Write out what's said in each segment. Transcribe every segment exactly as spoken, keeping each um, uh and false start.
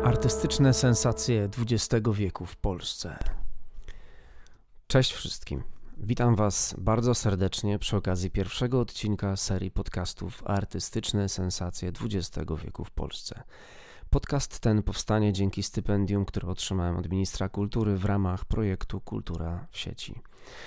Artystyczne sensacje dwudziestego wieku w Polsce. Cześć wszystkim. Witam Was bardzo serdecznie przy okazji pierwszego odcinka serii podcastów Artystyczne sensacje dwudziestego wieku w Polsce. Podcast ten powstanie dzięki stypendium, które otrzymałem od ministra kultury w ramach projektu Kultura w sieci.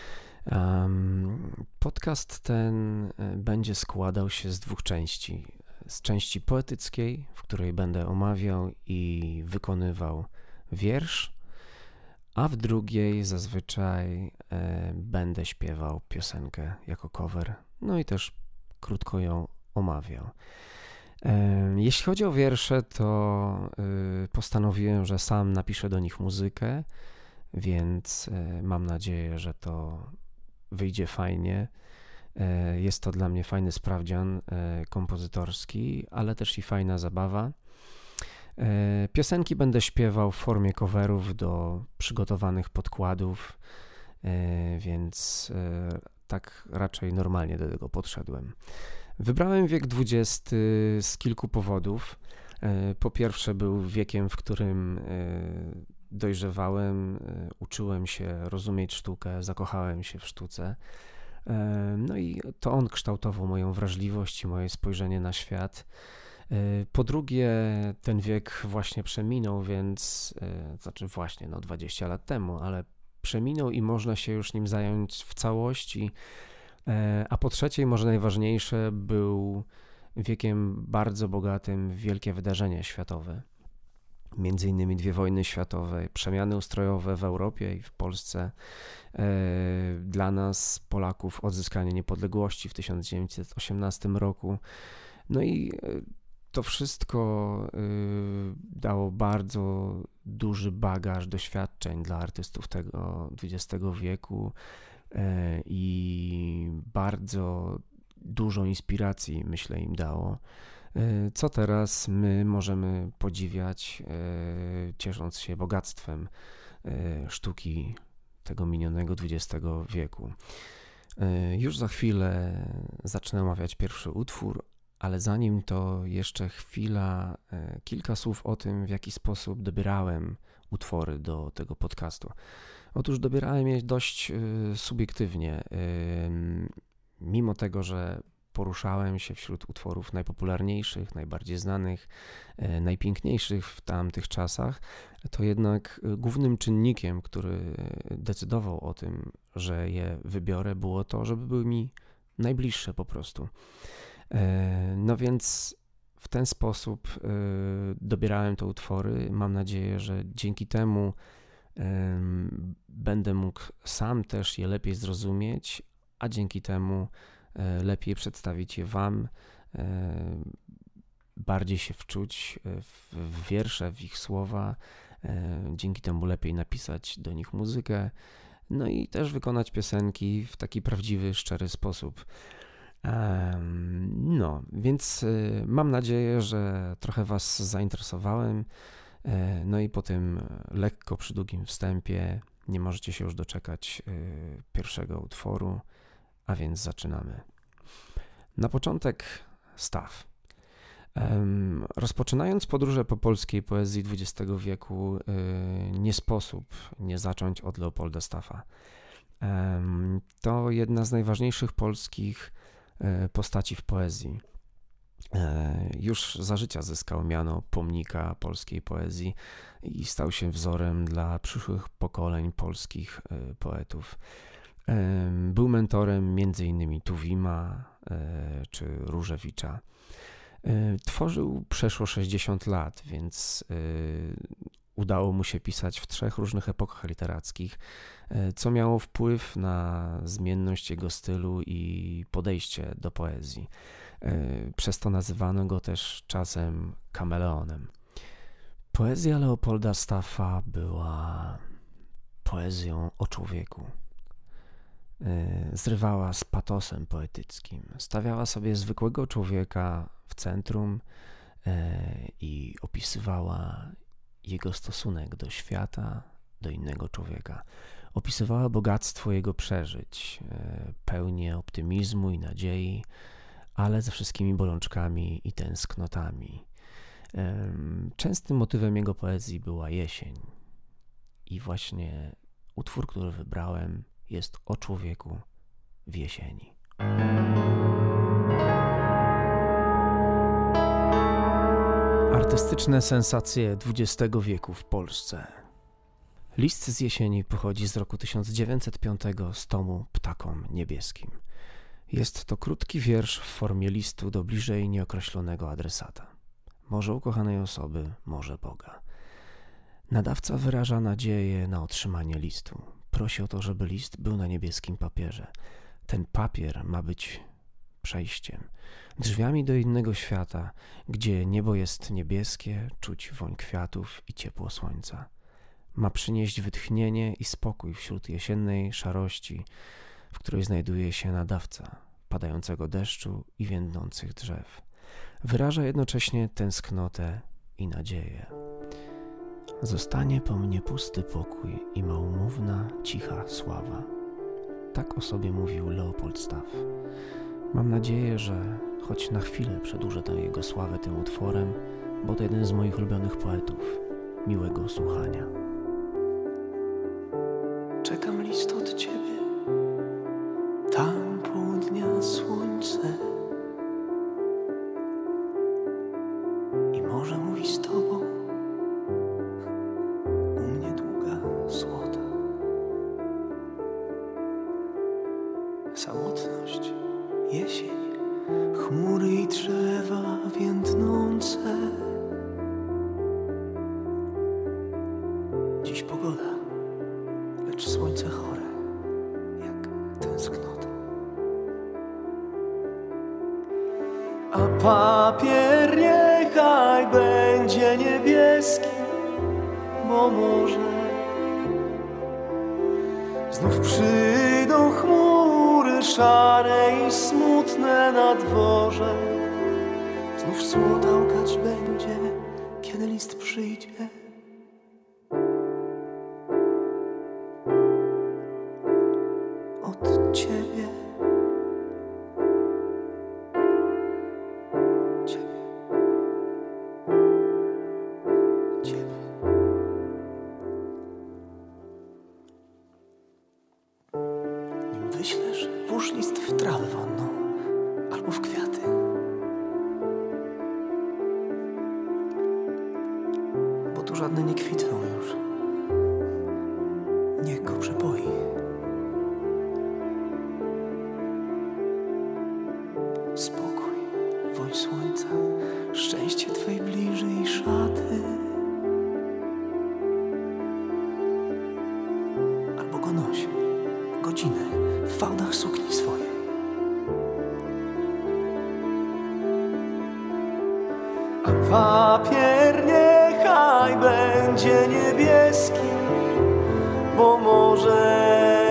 Um, podcast ten będzie składał się z dwóch części. Z części poetyckiej, w której będę omawiał i wykonywał wiersz, a w drugiej zazwyczaj e, będę śpiewał piosenkę jako cover, no i też krótko ją omawiał. E, jeśli chodzi o wiersze, to e, postanowiłem, że sam napiszę do nich muzykę, więc e, mam nadzieję, że to wyjdzie fajnie. Jest to dla mnie fajny sprawdzian kompozytorski, ale też i fajna zabawa. Piosenki będę śpiewał w formie coverów do przygotowanych podkładów, więc tak raczej normalnie do tego podszedłem. Wybrałem wiek dwudziesty z kilku powodów. Po pierwsze, był wiekiem, w którym dojrzewałem, uczyłem się rozumieć sztukę, zakochałem się w sztuce. No i to on kształtował moją wrażliwość i moje spojrzenie na świat. Po drugie, ten wiek właśnie przeminął, więc, znaczy właśnie, no dwadzieścia lat temu, ale przeminął i można się już nim zająć w całości. A po trzecie, może najważniejsze, był wiekiem bardzo bogatym w wielkie wydarzenia światowe. Między innymi dwie wojny światowe, przemiany ustrojowe w Europie i w Polsce. Dla nas, Polaków, odzyskanie niepodległości w tysiąc dziewięćset osiemnastym roku. No i to wszystko dało bardzo duży bagaż doświadczeń dla artystów tego dwudziestego wieku i bardzo dużo inspiracji, myślę, im dało. Co teraz my możemy podziwiać, ciesząc się bogactwem sztuki tego minionego dwudziestego wieku. Już za chwilę zacznę omawiać pierwszy utwór, ale zanim to jeszcze chwila, kilka słów o tym, w jaki sposób dobierałem utwory do tego podcastu. Otóż dobierałem je dość subiektywnie, mimo tego, że poruszałem się wśród utworów najpopularniejszych, najbardziej znanych, najpiękniejszych w tamtych czasach, to jednak głównym czynnikiem, który decydował o tym, że je wybiorę, było to, żeby były mi najbliższe po prostu. No więc w ten sposób dobierałem te utwory. Mam nadzieję, że dzięki temu będę mógł sam też je lepiej zrozumieć, a dzięki temu lepiej przedstawić je Wam, bardziej się wczuć w wiersze, w ich słowa, dzięki temu lepiej napisać do nich muzykę, no i też wykonać piosenki w taki prawdziwy, szczery sposób. No, więc mam nadzieję, że trochę Was zainteresowałem, no i po tym lekko przydługim wstępie nie możecie się już doczekać pierwszego utworu. A więc zaczynamy. Na początek Staw. Um, rozpoczynając podróżę po polskiej poezji dwudziestego wieku, yy, nie sposób nie zacząć od Leopolda Staffa. Um, to jedna z najważniejszych polskich yy, postaci w poezji. Yy, już za życia zyskał miano pomnika polskiej poezji i stał się wzorem dla przyszłych pokoleń polskich yy, poetów. Był mentorem między innymi Tuwima czy Różewicza. Tworzył przeszło sześćdziesiąt lat, więc udało mu się pisać w trzech różnych epokach literackich, co miało wpływ na zmienność jego stylu i podejście do poezji. Przez to nazywano go też czasem kameleonem. Poezja Leopolda Staffa była poezją o człowieku. Zrywała z patosem poetyckim, stawiała sobie zwykłego człowieka w centrum i opisywała jego stosunek do świata, do innego człowieka. Opisywała bogactwo jego przeżyć, pełnię optymizmu i nadziei, ale ze wszystkimi bolączkami i tęsknotami. Częstym motywem jego poezji była jesień. I właśnie utwór, który wybrałem, jest o człowieku w jesieni. Artystyczne sensacje dwudziestego wieku w Polsce. List z jesieni pochodzi z roku tysiąc dziewięćset piątego z tomu Ptakom niebieskim. Jest to krótki wiersz w formie listu do bliżej nieokreślonego adresata. Może ukochanej osoby, może Boga. Nadawca wyraża nadzieję na otrzymanie listu. Prosi o to, żeby list był na niebieskim papierze. Ten papier ma być przejściem, drzwiami do innego świata, gdzie niebo jest niebieskie, czuć woń kwiatów i ciepło słońca. Ma przynieść wytchnienie i spokój wśród jesiennej szarości, w której znajduje się nadawca, padającego deszczu i więdnących drzew. Wyraża jednocześnie tęsknotę i nadzieję. Zostanie po mnie pusty pokój i małomówna, cicha sława. Tak o sobie mówił Leopold Staff. Mam nadzieję, że choć na chwilę przedłużę tę jego sławę tym utworem, bo to jeden z moich ulubionych poetów. Miłego słuchania. Czekam list od ciebie, tam południa słońce i morze mówi z tobą, u mnie długa złota. Samotność, jesień, chmury i drzewa więdnące. Dziś pogoda, lecz słońce chore, jak tęsknota. A papier niechaj będzie niebieski, bo może znów przyjdą chmury szare i smutne na dworze. Znów słota łkać będzie, kiedy list przyjdzie. Od ciebie, ciebie, ciebie. Nim wyślesz, włóż list w trawę wonną albo w kwiaty. Bo tu żadne nie kwitną już. Niech go przepoi. Spokój, woń słońca, szczęście twej bliżej szaty. Albo go nosi, godzinę w fałdach sukni swojej. A papier niechaj będzie niebieski, bo może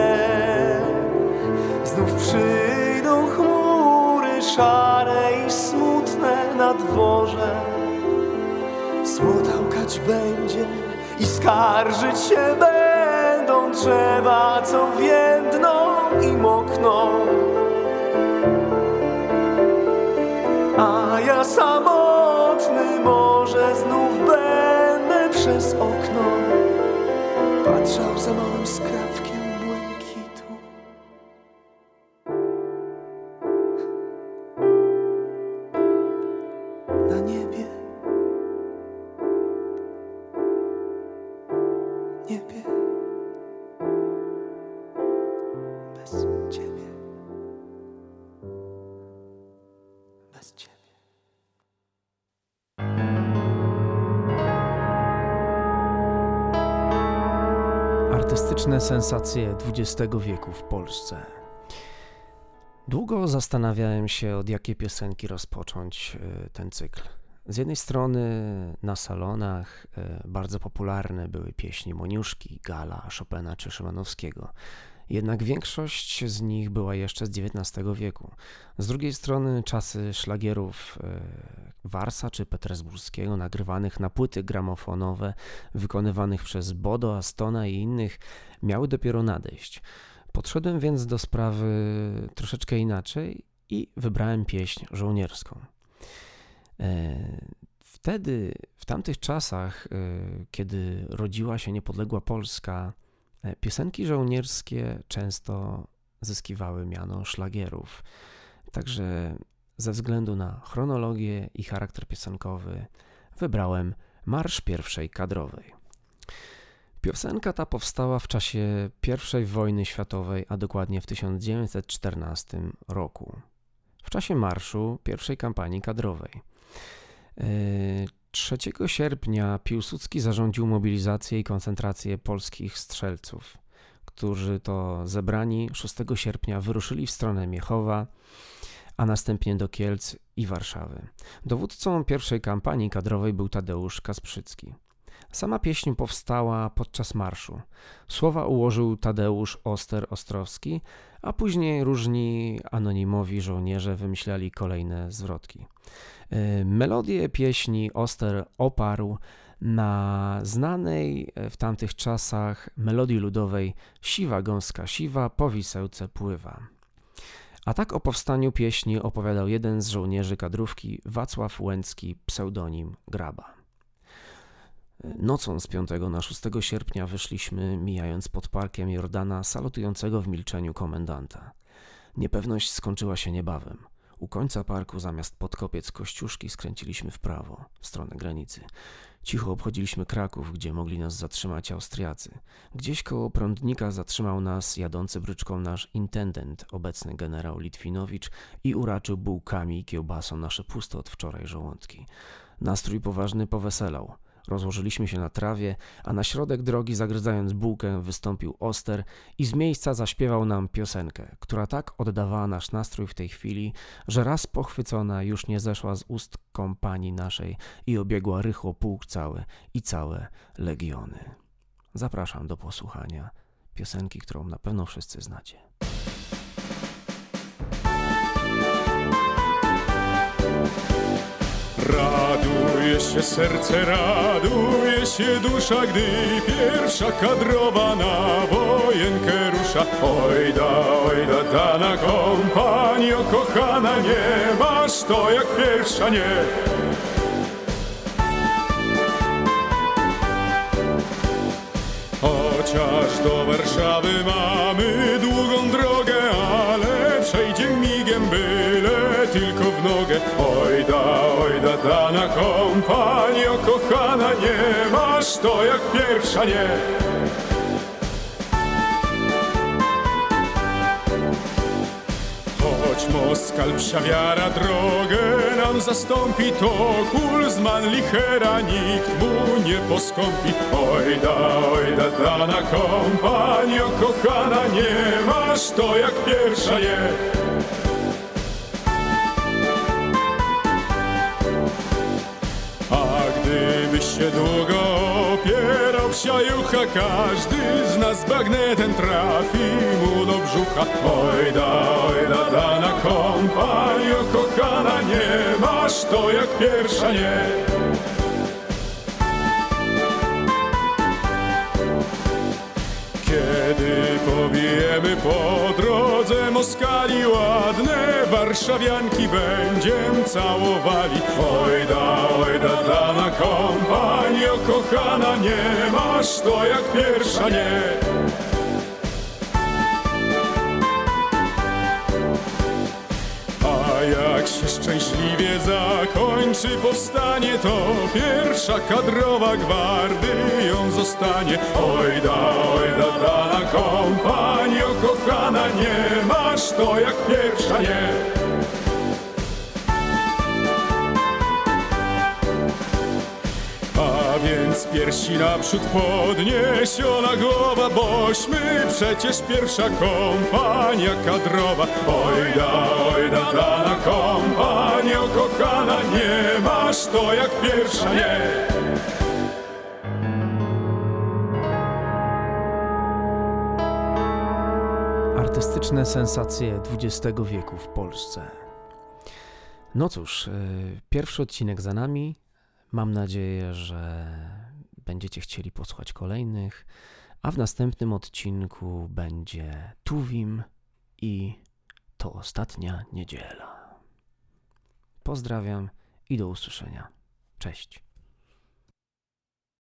znów przyjdą chmury szare i smutne na dworze. Słota łkać będzie i skarżyć się będą drzewa, co więdną i mokną. A ja samotny może znów będę przez okno patrzał za małym skrawkiem błękitu. Na niebie, niebie, bez ciebie, bez ciebie. Artystyczne sensacje dwudziestego wieku w Polsce. Długo zastanawiałem się, od jakiej piosenki rozpocząć ten cykl. Z jednej strony na salonach bardzo popularne były pieśni Moniuszki, Gala, Chopina czy Szymanowskiego. Jednak większość z nich była jeszcze z dziewiętnastego wieku. Z drugiej strony czasy szlagierów Warsa czy Petersburskiego, nagrywanych na płyty gramofonowe, wykonywanych przez Bodo, Astona i innych, miały dopiero nadejść. Podszedłem więc do sprawy troszeczkę inaczej i wybrałem pieśń żołnierską. W Wtedy, w tamtych czasach, kiedy rodziła się niepodległa Polska, piosenki żołnierskie często zyskiwały miano szlagierów. Także ze względu na chronologię i charakter piosenkowy wybrałem Marsz Pierwszej Kadrowej. Piosenka ta powstała w czasie pierwszej wojny światowej, a dokładnie w tysiąc dziewięćset czternastym roku, w czasie marszu pierwszej kampanii kadrowej. trzeciego sierpnia Piłsudski zarządził mobilizację i koncentrację polskich strzelców, którzy to zebrani szóstego sierpnia wyruszyli w stronę Miechowa, a następnie do Kielc i Warszawy. Dowódcą pierwszej kampanii kadrowej był Tadeusz Kasprzycki. Sama pieśń powstała podczas marszu. Słowa ułożył Tadeusz Oster-Ostrowski, a później różni anonimowi żołnierze wymyślali kolejne zwrotki. Melodię pieśni Oster oparł na znanej w tamtych czasach melodii ludowej Siwa gąska siwa, po wisełce pływa. A tak o powstaniu pieśni opowiadał jeden z żołnierzy kadrówki, Wacław Łęcki, pseudonim Graba. Nocą z piątego na szóstego sierpnia wyszliśmy, mijając pod parkiem Jordana, salutującego w milczeniu komendanta. Niepewność skończyła się niebawem. U końca parku zamiast pod kopiec Kościuszki skręciliśmy w prawo, w stronę granicy. Cicho obchodziliśmy Kraków, gdzie mogli nas zatrzymać Austriacy. Gdzieś koło Prądnika zatrzymał nas jadący bryczką nasz intendent, obecny generał Litwinowicz, i uraczył bułkami i kiełbasą nasze puste od wczoraj żołądki. Nastrój poważny poweselał. Rozłożyliśmy się na trawie, a na środek drogi, zagryzając bułkę, wystąpił Oster i z miejsca zaśpiewał nam piosenkę, która tak oddawała nasz nastrój w tej chwili, że raz pochwycona już nie zeszła z ust kompanii naszej i obiegła rychło pułk cały i całe legiony. Zapraszam do posłuchania piosenki, którą na pewno wszyscy znacie. Raduje się serce, raduje się dusza, gdy pierwsza kadrowa na wojenkę rusza. Ojda, ojda, dana kompanio kochana, nie masz to jak pierwsza, nie. Chociaż do Warszawy mamy długą drogę, ale przejdzie migiem, byle tylko w nogę. Ojda, ojda, dana kompanio kochana, nie masz to jak pierwsza, nie. Choć Moskal psia wiara drogę nam zastąpi, to kul z Manlichera nikt mu nie poskąpi. Ojda, ojda, dana kompanio kochana, nie masz to jak pierwsza, nie. A gdybyś się długo opierał, psia jucha, każdy z nas bagnetem trafi mu do brzucha. Ojda, ojda, dana kompanio kochana, nie masz to jak pierwsza, nie. Kiedy pobijemy po drodze Moskali, ładne warszawianki będziem całowali. Ojda, ojda, dana kompanio kochana, nie masz to jak pierwsza, nie. A jak się szczęśliwie zakończy powstanie, to pierwsza kadrowa gwardyją zostanie. Ojda, ojda, dana kompanio kochana, nie masz to jak pierwsza, nie. A więc piersi naprzód podniesiona głowa, bośmy przecież pierwsza kompania kadrowa. Ojda, ojda, dana kompanio kochana, nie masz to jak pierwsza, nie. Artystyczne sensacje dwudziestego wieku w Polsce. No cóż, pierwszy odcinek za nami. Mam nadzieję, że będziecie chcieli posłuchać kolejnych, a w następnym odcinku będzie Tuwim i to ostatnia niedziela. Pozdrawiam i do usłyszenia. Cześć.